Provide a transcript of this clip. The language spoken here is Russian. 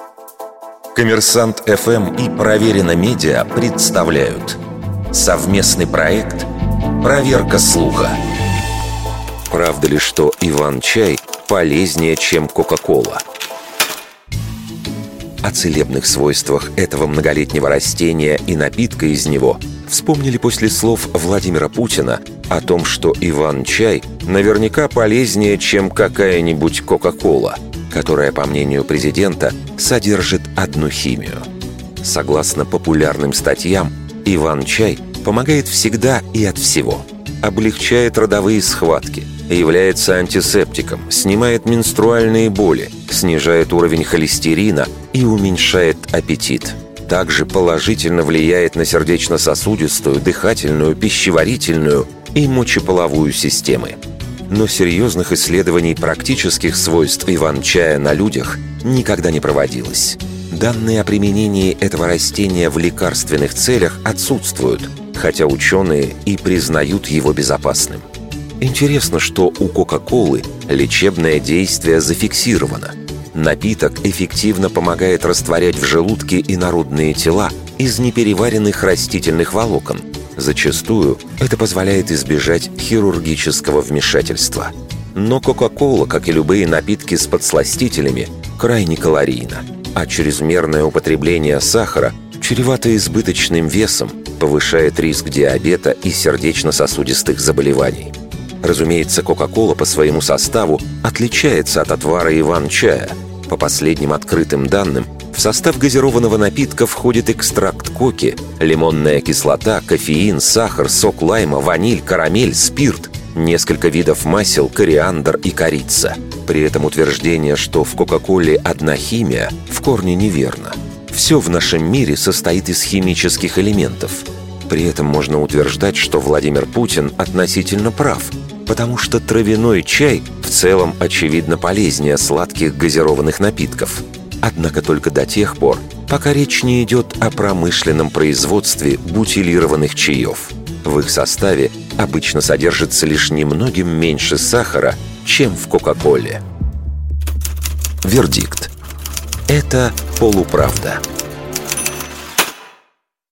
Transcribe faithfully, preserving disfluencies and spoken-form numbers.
Коммерсант эф эм и Проверено Медиа представляют совместный проект «Проверка слуха». Правда ли, что Иван-чай полезнее, чем Кока-кола? О целебных свойствах этого многолетнего растения и напитка из него вспомнили после слов Владимира Путина о том, что Иван-чай наверняка полезнее, чем какая-нибудь Кока-кола, которая, по мнению президента, содержит одну химию. Согласно популярным статьям, Иван-чай помогает всегда и от всего. Облегчает родовые схватки, является антисептиком, снимает менструальные боли, снижает уровень холестерина и уменьшает аппетит. Также положительно влияет на сердечно-сосудистую, дыхательную, пищеварительную и мочеполовую системы. Но серьезных исследований практических свойств Иван-чая на людях никогда не проводилось. Данные о применении этого растения в лекарственных целях отсутствуют, хотя ученые и признают его безопасным. Интересно, что у Кока-колы лечебное действие зафиксировано. Напиток эффективно помогает растворять в желудке инородные тела из непереваренных растительных волокон. Зачастую это позволяет избежать хирургического вмешательства. Но Кока-кола, как и любые напитки с подсластителями, крайне калорийна, а чрезмерное употребление сахара чревато избыточным весом, повышает риск диабета и сердечно-сосудистых заболеваний. Разумеется, Кока-кола по своему составу отличается от отвара Иван-чая. По последним открытым данным, в состав газированного напитка входит экстракт коки, лимонная кислота, кофеин, сахар, сок лайма, ваниль, карамель, спирт, несколько видов масел, кориандр и корица. При этом утверждение, что в Кока-коле одна химия, в корне неверно. Все в нашем мире состоит из химических элементов. При этом можно утверждать, что Владимир Путин относительно прав, потому что травяной чай в целом очевидно полезнее сладких газированных напитков. Однако только до тех пор, пока речь не идет о промышленном производстве бутилированных чаев. В их составе обычно содержится лишь немногим меньше сахара, чем в Кока-коле. Вердикт. Это полуправда.